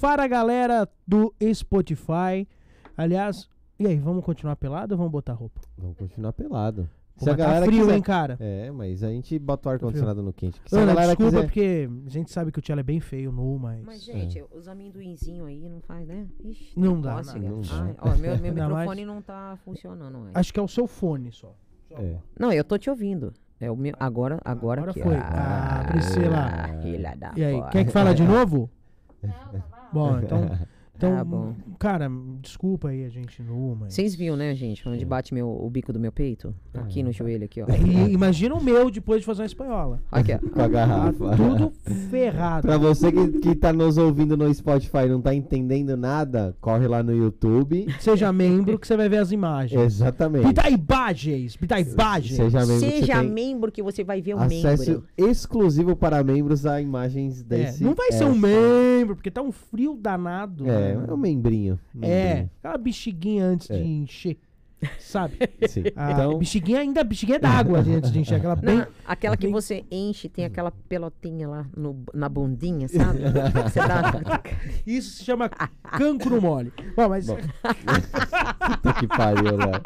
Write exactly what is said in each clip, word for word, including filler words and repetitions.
para a galera do Spotify. Aliás, e aí, vamos continuar pelado ou vamos botar roupa? Vamos continuar pelado. Pô, mas tá frio, quiser... hein, cara? É, mas a gente bota o ar-condicionado no quente. Se Ana, a galera desculpa, quiser... porque a gente sabe que o Tchelo é bem feio nu, mas... Mas, gente, é. os amendoinzinhos aí não faz, né? Ixi, não dá, cócega. não, não dá. Ai, ó, meu, meu Ainda microfone mais... não tá funcionando. Ué. Acho que é o seu fone só. É. Não, eu tô te ouvindo. É o meu... Agora, agora, Agora que... foi. Ah, Ah, Priscila. filha da E aí, porra. quer que fala de novo? Não, tá bom. Bom, então... Então, Tá bom. cara, desculpa aí a gente nu, mas... Vocês viram, né, gente? Onde bate meu, o bico do meu peito? Aqui no joelho, aqui, ó. E imagina o meu depois de fazer uma espanhola. Aqui, ó. Com a Tá garrafa. tudo ferrado. Pra você que, que tá nos ouvindo no Spotify e não tá entendendo nada, corre lá no YouTube. Seja membro que você vai ver as imagens. Exatamente. Bitaibagens, bitaibagens. Seja membro que Seja você tem membro que você vai ver o acesso membro. exclusivo para membros a imagens É, desse... não vai ser um membro, porque tá um frio danado. É, né? é um membrinho. É, membrinho. aquela bexiguinha antes É. de encher, sabe? Sim. A Então, bexiguinha ainda, bexiguinha d'água ali antes de encher, aquela bem... Não, aquela que bem- você enche, tem aquela pelotinha lá no, na bundinha, sabe? Você dá... Isso se chama cancro mole. Bom, mas... Bom. puta que pariu, Léo.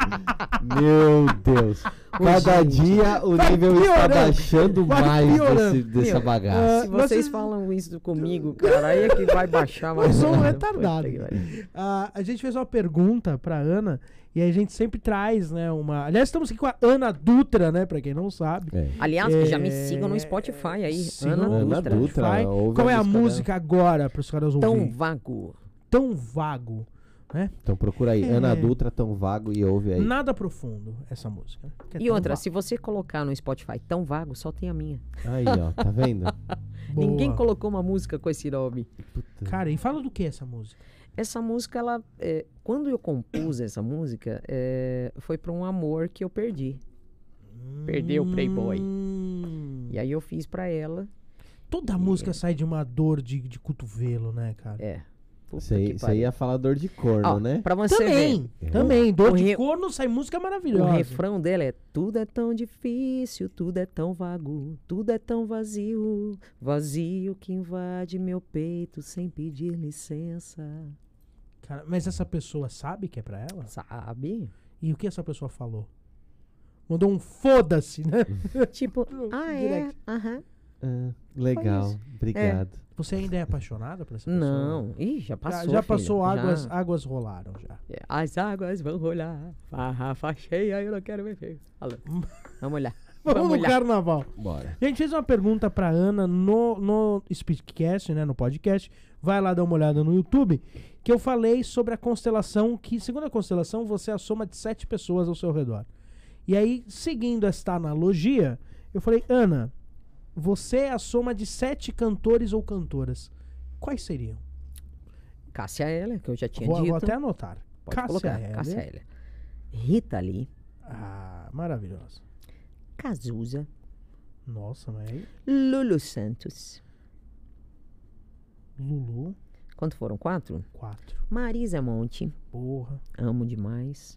Meu Deus. Cada gente, dia o vai nível está piorando, baixando vai mais piorando. desse, dessa Meu, bagaça. Se Ah, vocês vocês- falam isso comigo, cara, aí é que vai baixar mais. Nós somos ainda. retardados. Puta que pariu. Ah, a gente fez uma pergunta pra Ana e a gente sempre traz, né, uma... Aliás, estamos aqui com a Ana Dutra, né, pra quem não sabe. É. Aliás, É, já me sigam no Spotify aí. sigam Ana no Ana Dutra. Dutra. Spotify. ouve Qual a é a música música agora pros caras Tão ouvirem? vago. Tão vago, né? Então procura aí, É. Ana Dutra, tão vago, e ouve aí. Nada profundo essa música. né? Que é E tão outra, vago. se você colocar no Spotify tão vago, só tem a minha. Aí, ó, tá vendo? Boa. Ninguém colocou uma música com esse nome. Puta. Cara, e fala do que essa música? Essa música, ela, é, quando eu compus essa música, é, foi pra um amor que eu perdi. Perdeu o Playboy. Hum. E aí eu fiz pra ela. Toda música sai de uma dor de, de cotovelo, né, cara? É. Puta Você que você pariu. ia falar dor de corno, Ó, né? Pra você Também, ver. também. Dor O de re- corno sai música O maravilhosa. refrão dela é: tudo é tão difícil, tudo é tão vago, tudo é tão vazio, vazio que invade meu peito sem pedir licença. Cara, mas essa pessoa sabe que é pra ela? Sabe? E o que essa pessoa falou? Mandou um foda-se, né? Tipo, ah, é? Direct. Aham. Ah, legal, isso. obrigado. Você ainda é apaixonada por essa pessoa? Não. Ih, já Já, passou. já filha, passou, já. águas, águas rolaram já. É, as águas vão rolar, farrafa cheia, eu não quero ver feio. Alô. Vamos lá. Vamos, Vamos no lá. carnaval. Bora. A gente fez uma pergunta pra Ana no, no Speedcast, né, no podcast. Vai lá dar uma olhada no YouTube. Que eu falei sobre a constelação, que segundo a constelação, você é a soma de sete pessoas ao seu redor. E aí, seguindo esta analogia, eu falei, Ana, você é a soma de sete cantores ou cantoras. Quais seriam? Cássia Eller, que eu já tinha Vou, dito. vou até anotar. Pode Cássia colocar. Eller. Cássia Eller. Rita Lee. Ah, maravilhosa. Cazuza. Nossa, mas aí... Lulu Santos. Lulu, Quanto foram? Quatro? quatro. Marisa Monte. Porra. Amo demais.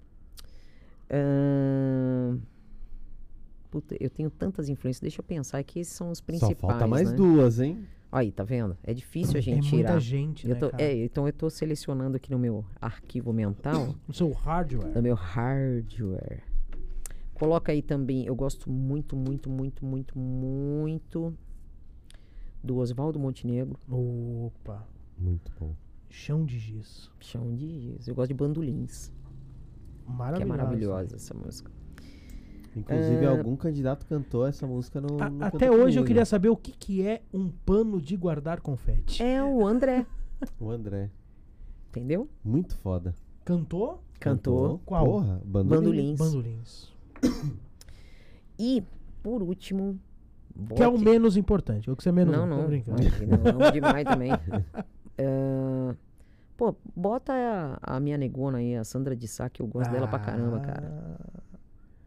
Ahn, Puta, eu tenho tantas influências. Deixa eu pensar que esses são os principais. Só falta mais né? duas, hein? Aí, tá vendo? É difícil a É gente muita tirar. gente, Eu né, tô- cara? é, então eu tô selecionando aqui no meu arquivo mental, No seu hardware. no meu hardware. Coloca aí também, eu gosto muito, muito, muito, muito, muito do Oswaldo Montenegro, Opa. Muito bom. Chão de giz. Chão de Giz. Eu gosto de Bandolins, que é Maravilhosa. maravilhosa essa música. Inclusive, É. algum candidato cantou essa música no. A- no até Canta hoje eu Comigo. queria saber o que, que é um pano de guardar confete. É o André, O André. entendeu? Muito foda. Cantou? Cantou. Qual? Porra, bandolim. Bandolins. Bandolins. E, por último... Que é o bote- menos importante. O que você menos Não, ama, tô não. brincando. Não, amo demais também. Ah, pô, bota a, a minha negona aí, a Sandra de Sá, que eu gosto dela pra caramba, cara. Ah,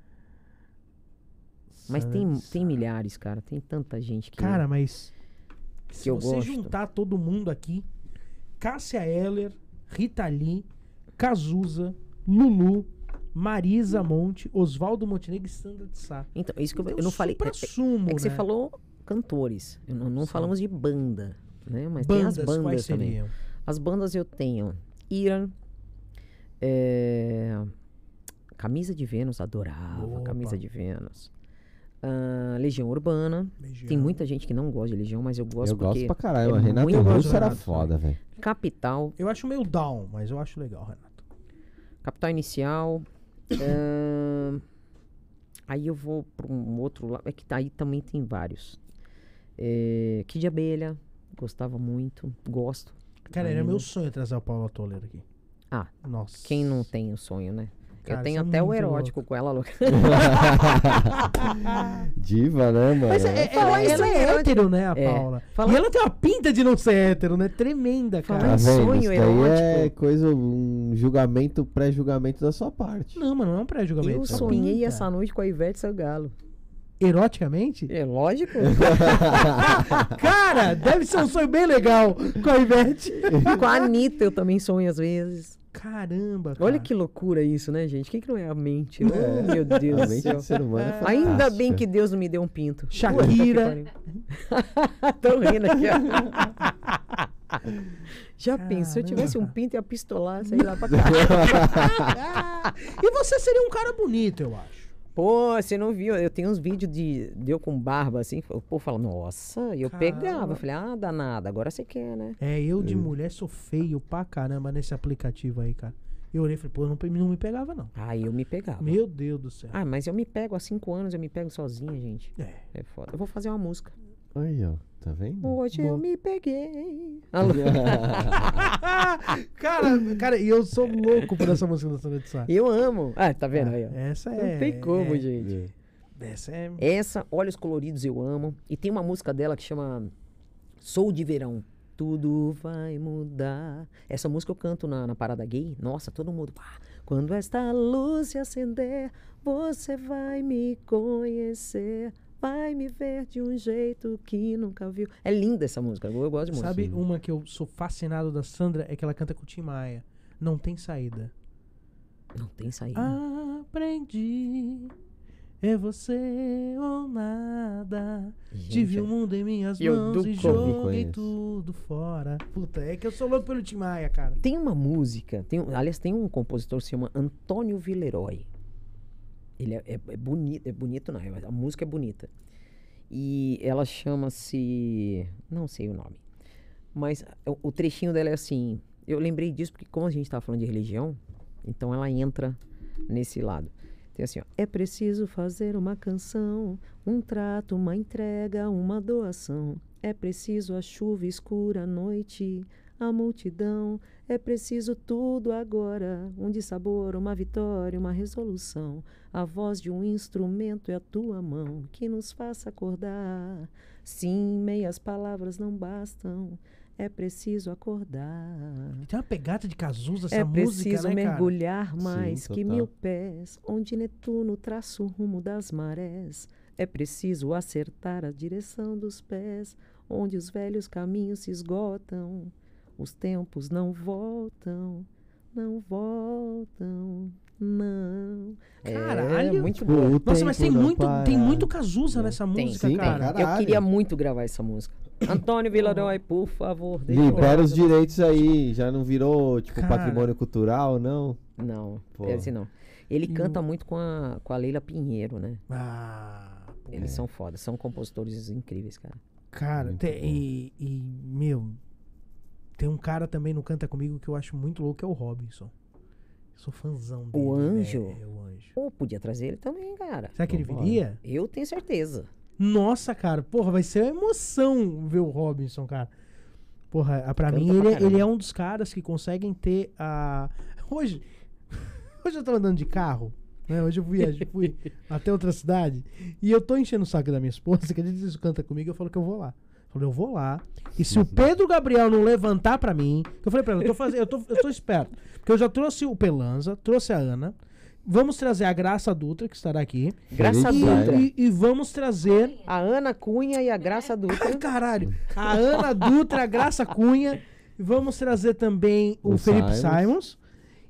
Mas tem, Sandra- tem milhares, cara. Tem tanta gente que... Cara, mas se eu você gosto. juntar todo mundo aqui, Cássia Eller, Rita Lee, Cazuza, Lulu, Marisa Monte, Oswaldo Montenegro e Sandra de Sá. Então, isso que eu, É eu o não falei... É, é- supra-sumo, é que você né? falou cantores. Eu não, não Sim. falamos de banda, né? Mas Bandas, tem as bandas quais também. seriam? As bandas eu tenho Ira, é, Camisa de Vênus, adorava Opa. Camisa de Vênus. Ah, Legião Urbana. Legião. Tem muita gente que não gosta de Legião, mas eu gosto Eu porque gosto pra caralho. é Renato muito Russo era Renato, foda, velho. Capital, Eu acho meio down, mas eu acho legal, Renato. Capital Inicial. ahn, aí eu vou para um outro lado. É que aí também tem vários. É, Kid Abelha, gostava muito, gosto. Cara, era Ainda. meu sonho trazer o Paulo Toledo aqui. Ah, Nossa. quem não tem o sonho, né? Cara, eu tenho isso é até o muito erótico com ela, louca. Diva, né, mano? Mas é, Fala ela, isso ela aí, é erótico. hétero, né, a É. Paula? Fala- E ela tem uma pinta de não ser hétero, né? Tremenda, Fala cara. Tá em vendo? sonho Isso daí é erótico. coisa, um julgamento, pré-julgamento da sua parte. Não, mano, não é um pré-julgamento. Eu é uma sonhei pinta. essa noite com a Ivete Sangalo. Eroticamente? É lógico. Cara, deve ser um sonho bem legal com a Ivete. Com a Anitta eu também sonho às vezes. Caramba, cara. Olha que loucura isso, né, gente? O que, que não é a mente? Oh, É. meu Deus A do mente céu. do ser humano é Ainda fantástica. bem que Deus não me deu um pinto. Shakira. Tô rindo aqui, ó. Já pensou, se eu tivesse um pinto e a pistolar, sei lá pra cá. Ah, e você seria um cara bonito, eu acho. Pô, você não viu? Eu tenho uns vídeos de, de eu com barba, assim. O povo fala, nossa, e eu Caramba. pegava. Eu falei, ah, danada, agora você quer, né? É, eu de mulher sou feio pra caramba nesse aplicativo aí, cara. Eu olhei e falei, pô, não, pe- não me pegava, não. Aí eu me pegava. Meu Deus do céu. Ah, mas eu me pego há cinco anos, eu me pego sozinha, gente. É. É foda. Eu vou fazer uma música. Aí, ó. Tá vendo? Hoje eu Boa. me peguei. Alô? cara, cara, e eu sou louco por essa música da Sandra de Sá. Eu amo. Ah, tá vendo aí, ó. Essa é. Não tem como, é, gente. Essa é. Essa, Olhos Coloridos, eu amo. E tem uma música dela que chama Sou de Verão. Tudo vai mudar. Essa música eu canto na, na parada gay. Nossa, todo mundo. Pá. Quando esta luz se acender, você vai me conhecer. Vai me ver de um jeito que nunca viu. É linda essa música. Eu, eu gosto de música. Sabe uma que eu sou fascinado da Sandra? É que ela canta com o Tim Maia. Não tem saída. Não tem saída. Aprendi. É você ou nada. Gente, Tive o mundo em minhas eu mãos do e Covid joguei conheço. tudo fora. Puta, é que eu sou louco pelo Tim Maia, cara. Tem uma música, tem, um- aliás, tem um compositor que se chama Antônio Villeroy. Ele é, é, é bonito, é bonito não, a música é bonita. E ela chama-se, não sei o nome, mas o, o trechinho dela é assim, eu lembrei disso porque como a gente estava falando de religião, então ela entra nesse lado. Tem assim, ó, é preciso fazer uma canção, um trato, uma entrega, uma doação. É preciso a chuva escura à noite, a multidão. É preciso tudo agora, um dissabor, uma vitória, uma resolução. A voz de um instrumento é a tua mão que nos faça acordar. Sim, meias palavras não bastam, é preciso acordar. Tem uma pegada de Cazuza essa É música, preciso né, cara? mergulhar mais Sim, que total. mil pés, onde Netuno traça o rumo das marés. É preciso acertar a direção dos pés, onde os velhos caminhos se esgotam. Os tempos não voltam, não voltam, não. Caralho! É muito Tipo, bom. o Nossa, mas tem tempo não muito, para. tem muito Cazuza nessa Tem, música, sim, cara. tem, Eu Caralho. queria muito gravar essa música. Antônio Villeroy, por favor. deixa eu Libera gravar os essa música. direitos aí. Já não virou, tipo, Cara. patrimônio cultural, não? Não, Pô. é assim não. Ele E canta o- muito com a, com a Leila Pinheiro, né? Ah, pô. Eles são foda, são compositores incríveis, cara. Cara, Muito te- bom. e, e, meu, tem um cara também no Canta Comigo que eu acho muito louco, que é o Robinson. Eu sou fãzão dele. O Anjo? É, o Anjo. Pô, podia trazer ele também, cara. Será que ele Vambora. viria? Eu tenho certeza. Nossa, cara, porra, vai ser uma emoção ver o Robinson, cara. Porra, a- pra Canta mim pra ele, caramba. ele é um dos caras que conseguem ter a... Hoje, hoje eu tava andando de carro, né? Hoje eu fui, fui até outra cidade e eu tô enchendo o saco da minha esposa, que ele diz isso Canta Comigo, eu falo que eu vou lá. Eu falei, eu vou lá. E se o Pedro Gabriel não levantar pra mim, que eu falei pra ela, eu tô, fazendo, eu, tô, eu tô esperto. Porque eu já trouxe o Pelanza, trouxe a Ana. Vamos trazer a Graça Dutra, que estará aqui. Graça Feliz Dutra. E, e, e vamos trazer. A Ana Cunha e a Graça Ai, Dutra. caralho! A Ana Dutra, a Graça Cunha. E vamos trazer também o, O Felipe Simons. Simons.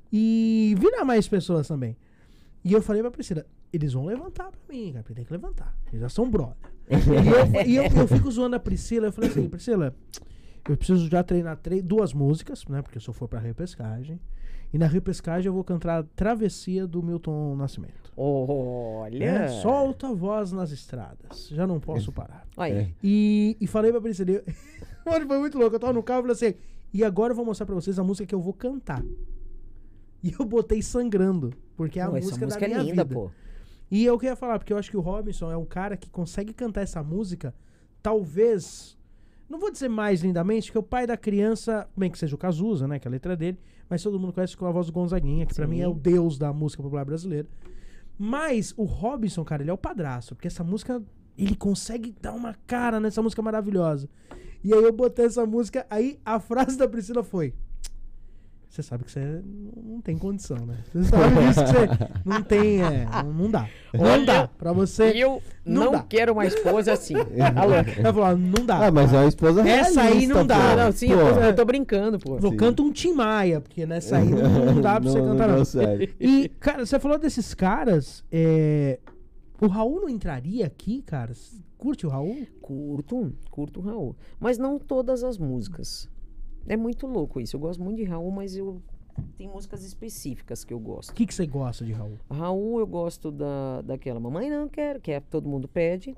E virar mais pessoas também. E eu falei pra Priscila, eles vão levantar pra mim, cara. Tem que levantar. Eles já são brother. e eu, e eu, eu fico zoando a Priscila. Eu falei assim, Priscila, Eu preciso já treinar três, duas músicas, né? Porque se eu for pra repescagem. E na repescagem eu vou cantar Travessia do Milton Nascimento. Olha! É, solta a voz nas estradas. Já não posso parar. Olha. É. E, e falei pra Priscila, mano, foi muito louco. Eu tava no carro e falei assim, e agora eu vou mostrar pra vocês a música que eu vou cantar. E eu botei Sangrando, porque é a Pô, essa música, música da é minha linda, vida. pô. E eu queria falar, porque eu acho que o Robinson é um cara que consegue cantar essa música, talvez, não vou dizer mais lindamente, que o pai da criança, bem que seja o Cazuza, né, que a letra é dele, mas todo mundo conhece com a voz do Gonzaguinha, que pra Sim. mim é o deus da música popular brasileira. Mas o Robinson, cara, ele é o padraço, porque essa música, ele consegue dar uma cara nessa música maravilhosa. E aí eu botei essa música, aí a frase da Priscila foi: você sabe que você não tem condição, né? Você sabe disso que você não tem, é, não, não dá. Não Olha, dá pra você. Eu não não, dá. quero uma esposa assim. Alô? Ela falou, não dá. Ah, mas é uma esposa Essa aí realista, não dá. pô. Ah, não, sim, Pô, eu tô, eu tô brincando, pô. Falou, Sim. canta um Tim Maia, porque nessa aí não, não dá pra você Não- não cantar, não. deu certo. E, cara, você falou desses caras, é, o Raul não entraria aqui, cara? Curte o Raul? Curto, curto o Raul. Mas não todas as músicas. É muito louco isso. Eu gosto muito de Raul, mas eu tem músicas específicas que eu O gosto. que, que você gosta de Raul? Raul, eu gosto da, daquela Mamãe Não Quero, que é Todo Mundo Pede.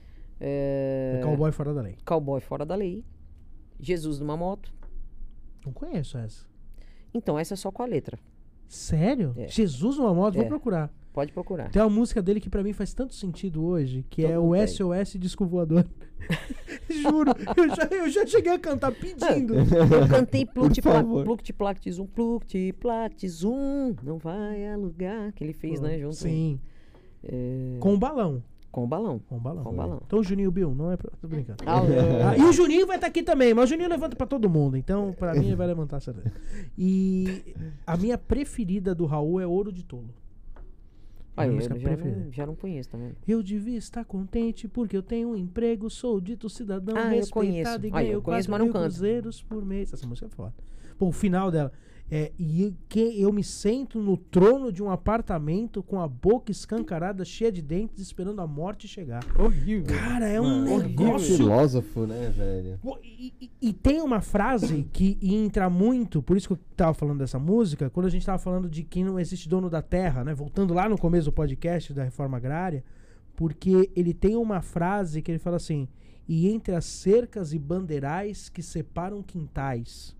É, É Cowboy Fora da Lei. Cowboy Fora da Lei. Jesus numa Moto. Não conheço essa. Então, essa é só com a letra. Sério? É. Jesus numa moto? Vou É. procurar. Pode procurar. Tem uma música dele que pra mim faz tanto sentido hoje, que Todo é mundo o pede. S O S Disco Voador. Juro, eu já, eu já cheguei a cantar pedindo. Eu cantei Pluct favor. Plact Zoom, Pluct Plact Zoom, não vai alugar, que ele fez, né, junto Sim. é, Com o balão. com o balão. Com o balão. Com o balão. Então o Juninho Bill, não é pra... Tô brincando. Ah, Ah, e o Juninho vai estar aqui também, mas o Juninho levanta pra todo mundo, então pra mim ele vai levantar certeza. E a minha preferida do Raul é Ouro de Tolo. Aí, Minha eu música já preferida. não, já não conheço também. Eu devia estar contente porque eu tenho um emprego, sou dito cidadão Ah, eu respeitado conheço. e Ah, eu ganho conheço, quatro mas não mil canto. cruzeiros por mês. Essa música é foda. Pô, o final dela é e que eu me sento no trono de um apartamento com a boca escancarada, cheia de dentes, esperando a morte chegar. Horrível. Cara, é um Mano, negócio. filósofo, né, velho? Pô, E, e- e tem uma frase que entra muito, por isso que eu tava falando dessa música, quando a gente tava falando de que não existe dono da terra, né? Voltando lá no começo do podcast da Reforma Agrária, porque ele tem uma frase que ele fala assim: e entre as cercas e bandeirais que separam quintais.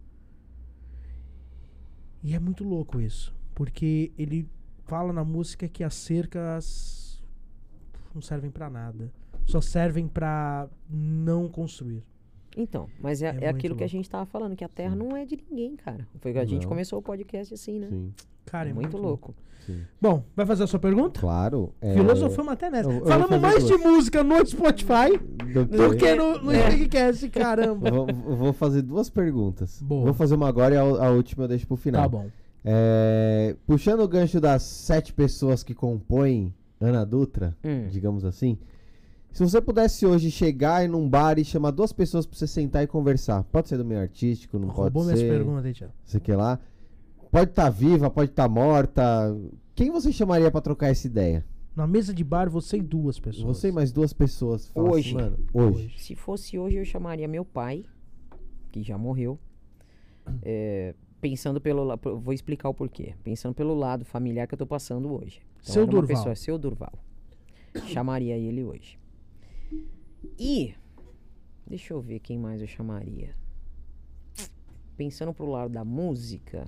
E é muito louco isso, porque ele fala na música que as cercas não servem pra nada, só servem pra não construir. Então, mas é, É é, muito aquilo que a louco. gente tava falando, que a Terra não é de ninguém, cara. Foi que a gente Não. começou o podcast assim, né? Sim, Cara, é muito, louco. sim. Bom, vai fazer a sua pergunta? Claro. É... Filosofamos até nessa. eu- eu vou Falamos fazer mais de duas. música no Spotify Do do que- que no, no É. Speakcast, caramba. Eu vou, eu vou fazer duas perguntas. Boa. Vou fazer uma agora e a, a última eu deixo pro final. Tá bom. É, puxando o gancho das sete pessoas que compõem Ana Dutra, Hum. digamos assim. Se você pudesse hoje chegar em um bar e chamar duas pessoas pra você sentar e conversar, pode ser do meio artístico, não Roubou pode minhas ser, perguntas aí, Thiago. sei que lá. Pode estar viva, pode estar morta. Quem você chamaria pra trocar essa ideia? Na mesa de bar, você e duas pessoas. Você e mais duas pessoas. Fala Hoje. assim, mano, hoje. Se fosse hoje, eu chamaria meu pai, que já morreu. É, pensando pelo la- pro- vou explicar o porquê. Pensando pelo lado familiar que eu tô passando hoje. Então, Seu era uma Durval. pessoa, seu Durval. Chamaria ele hoje. E deixa eu ver quem mais eu chamaria. Pensando pro lado da música,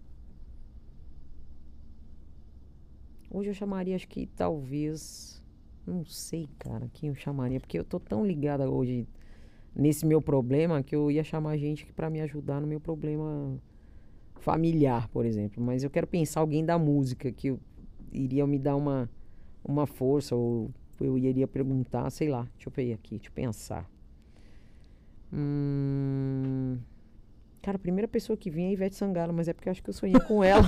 hoje eu chamaria, acho que talvez, não sei, cara, quem eu chamaria, porque eu tô tão ligada hoje nesse meu problema que eu ia chamar gente que pra me ajudar no meu problema familiar, por exemplo. Mas eu quero pensar alguém da música que eu iria me dar uma, uma força, ou eu iria perguntar, sei lá, deixa eu ver aqui, deixa eu pensar. Hum... Cara, a primeira pessoa que vinha é a Ivete Sangalo, mas é porque eu acho que eu sonhei com ela.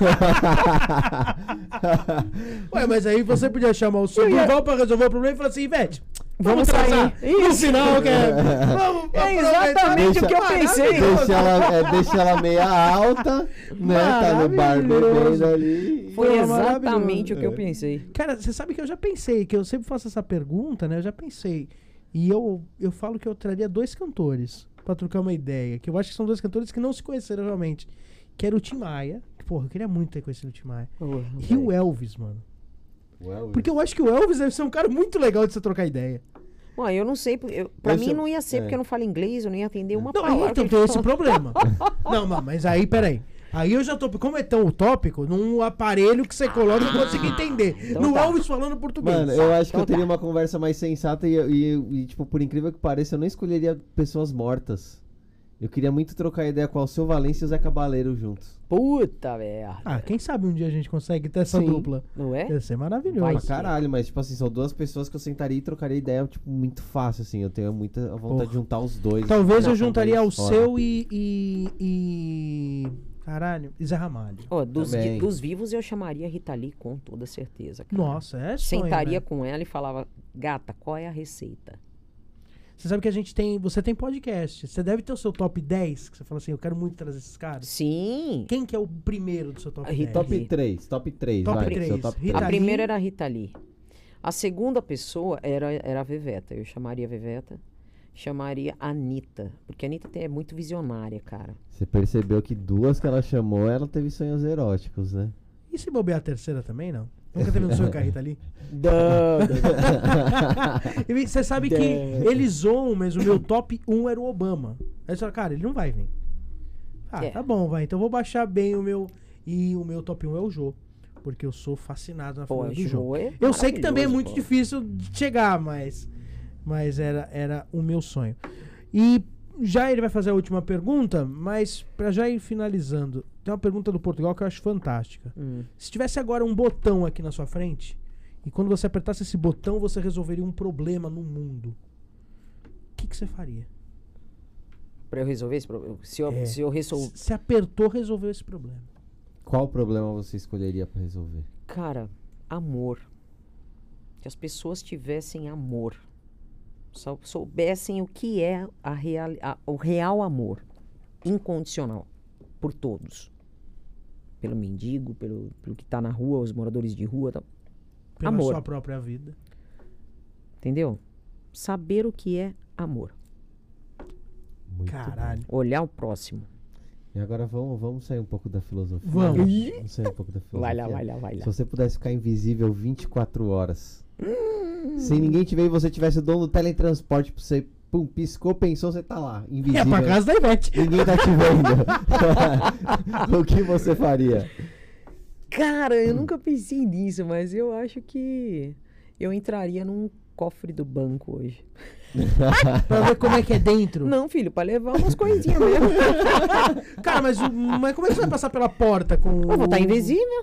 Ué, mas aí você podia chamar o seu Eu ia- Durval pra resolver o problema e falar assim, Ivete, vamos, Vamos transar. sair. No Isso. final, que é... Vamos É aproveitar. exatamente o que eu pensei. Deixa ela, é, deixa ela meia alta, né? Tá no bar Maravilhoso. bebendo ali. Foi Pô, exatamente maravilhoso. o que eu pensei. Cara, você sabe que eu já pensei, que eu sempre faço essa pergunta, né? Eu já pensei. E eu, eu falo que eu traria dois cantores pra trocar uma ideia. Que eu acho que são dois cantores que não se conheceram realmente. Que era o Tim Maia. Que, porra, eu queria muito ter conhecido o Tim Maia. Porra, E o velho. Elvis, mano. Well, Porque eu acho que o Elvis deve ser um cara muito legal de você trocar ideia. Bom, eu não sei, porque eu, pra Eu mim sou- não ia ser, é. porque eu não falo inglês, eu não ia entender uma Não, palavra. aí então que tem ele esse fala. problema. Não, mas, mas aí, peraí. Aí eu já tô. Como é tão utópico, num aparelho que você coloca eu consigo entender. então no tá. Elvis falando português. Mano, eu acho que Então eu teria tá. uma conversa mais sensata e, e, e, tipo, por incrível que pareça, eu não escolheria pessoas mortas. Eu queria muito trocar ideia com o Alceu Valença e o Zé Cabaleiro juntos. Puta merda. Ah, quem sabe um dia a gente consegue ter essa Sim. dupla. Não é? Ia ser maravilhoso. Vai Pra ser. caralho, mas, tipo assim, são duas pessoas que eu sentaria e trocaria ideia, tipo, muito fácil, assim. Eu tenho muita vontade Porra. de juntar os dois. Talvez Não, eu juntaria ao fora. seu e, e, e. Caralho, e Zé Ramalho. Ó, dos, Também. de- dos vivos eu chamaria a Rita Lee com toda certeza. Cara. Nossa, é sonho, Sentaria né? com ela e falava, gata, qual é a receita? Você sabe que a gente tem. Você tem podcast. Você deve ter o seu top dez. Que você fala assim, eu quero muito trazer esses caras. Sim. Quem que é o primeiro do seu top A Rita dez? Top Lee. três, top três, Top vai. três. Seu top Rita A três. Lee. primeira era a Rita Lee. A segunda pessoa era, era a Veveta. Eu chamaria a Veveta. Chamaria a Anitta. Porque a Anitta tem- é muito visionária, cara. Você percebeu que duas que ela chamou, ela teve sonhos eróticos, né? E se bobear a terceira também, não? Nunca teve um sonho com a Rita ali? E você sabe que eles zoam, mas o meu top um era o Obama. Aí você fala, cara, ele não vai vir. Ah, É. tá bom, vai. Então eu vou baixar bem o meu. E o meu top um é o Jô. Porque eu sou fascinado na Pô, figura do Jô. Jô é Eu sei que também é maravilhoso, muito pô. difícil de chegar, mas. Mas era, era o meu sonho. E já ele vai fazer a última pergunta, mas pra já ir finalizando, tem uma pergunta do Portugal que eu acho fantástica. Hum. Se tivesse agora um botão aqui na sua frente, e quando você apertasse esse botão, você resolveria um problema no mundo, o que, que você faria? Pra eu resolver esse problema. Se eu, É. se eu resolver. Se apertou, resolveu esse problema. Qual problema você escolheria pra resolver? Cara, amor. Que as pessoas tivessem amor. Só soubessem o que é a real, a- o real amor. Incondicional. Por todos. Pelo mendigo, pelo, pelo que tá na rua, os moradores de rua. Tal. Pela Amor. sua própria vida. Entendeu? Saber o que é amor. Muito Caralho. Olhar o próximo. bom. E agora vamos, vamos sair um pouco da filosofia. Vamos. Vamos sair um pouco da filosofia. Vai lá, vai lá, vai lá. Se você pudesse ficar invisível vinte e quatro horas, sem ninguém te ver e você tivesse o dono do teletransporte pra você, pum, piscou, pensou, você tá lá, É invisível. pra casa da Ivete. Ninguém tá te vendo. O que você faria? Cara, eu nunca pensei nisso, mas eu acho que eu entraria num cofre do banco hoje. Pra ver como é que é dentro. Não, filho, pra levar umas coisinhas mesmo. Cara, mas, o- mas como é que você vai passar pela porta com Eu vou estar o- invisível.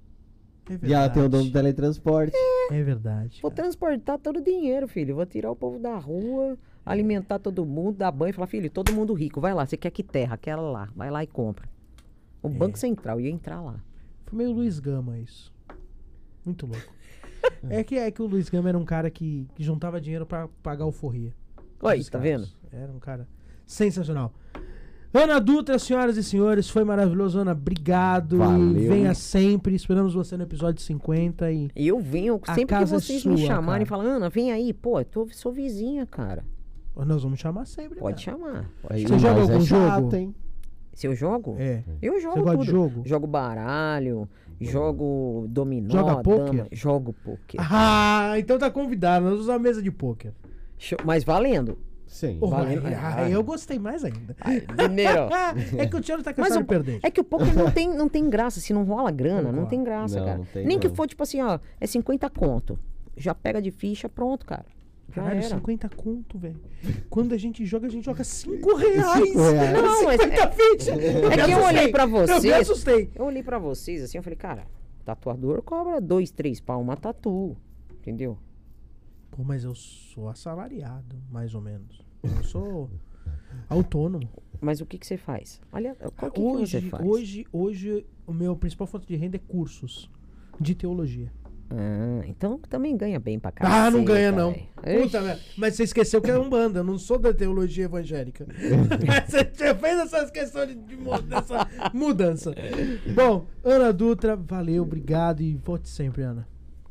É E ela tem o dono do verdade. teletransporte. É verdade. Vou cara. transportar todo o dinheiro, filho. Vou tirar o povo da rua, alimentar todo mundo, dar banho e falar, filho, todo mundo rico, vai lá, você quer que terra? Aquela lá, vai lá e compra. O Banco Central ia entrar lá. Foi meio Luiz Gama isso. Muito louco. É que, é que o Luiz Gama era um cara que, que juntava dinheiro pra pagar alforria. Oi, Esses tá caras. vendo? Era um cara sensacional. Ana Dutra, senhoras e senhores, foi maravilhoso, Ana. Obrigado. Valeu. E venha sempre. Esperamos você no episódio cinquenta. E E eu venho, A sempre que casa é vocês me sua, chamarem e cara. falam, Ana, vem aí. Pô, eu tô, sou vizinha, cara. nós vamos chamar sempre. Pode cara. chamar. Aí, Você joga mas algum é chato, jogo? hein? Se eu jogo? É. Eu jogo Você gosta tudo. de jogo? Jogo baralho, jogo dominó, Joga pôquer? dama. Jogo pôquer. Ah, então tá convidado. Nós vamos usar a mesa de pôquer. Show- Mas valendo. Sim. Oh, Valendo. aí- aí eu gostei mais ainda. Dinheiro. É que o Thiago tá Mas cansado o- de perder. É que o poker não tem, não tem graça. Se não rola grana, não Concordo. tem graça, Não, cara. não tem Nem que não. for tipo assim, ó, é cinquenta conto. Já pega de ficha, pronto, cara. Já Caralho, era. cinquenta conto, velho. Quando a gente joga, a gente joga cinco reais. Cinco reais. Não, mas cinquenta ficha. É que eu olhei pra Eu me vocês. assustei. Eu olhei pra vocês assim, eu falei, cara, tatuador cobra dois, três pau uma tatu. Entendeu? Pô, mas eu sou assalariado, mais ou menos. Eu sou autônomo. Mas o que que você faz? Olha, qual que, hoje, que você faz? hoje, hoje, o meu principal fonte de renda é cursos de teologia. Ah, então também ganha bem pra caralho. Ah, não ganha, não. Puta merda. Mas você esqueceu que é Umbanda. Eu não sou da teologia evangélica. Você já fez essas questões de, de mu- dessa mudança. Bom, Ana Dutra, valeu, obrigado e volte sempre, Ana.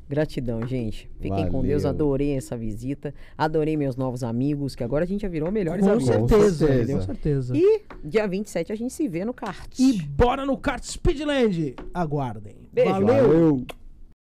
Gratidão, gente. Fiquem com Deus. Valeu. Adorei essa visita. Adorei meus novos amigos, que agora a gente já virou melhores Com amigos. certeza, certeza. com certeza. E dia vinte e sete a gente se vê no kart. E bora no Kart Speedland. Aguardem. Beijo. Valeu. Valeu.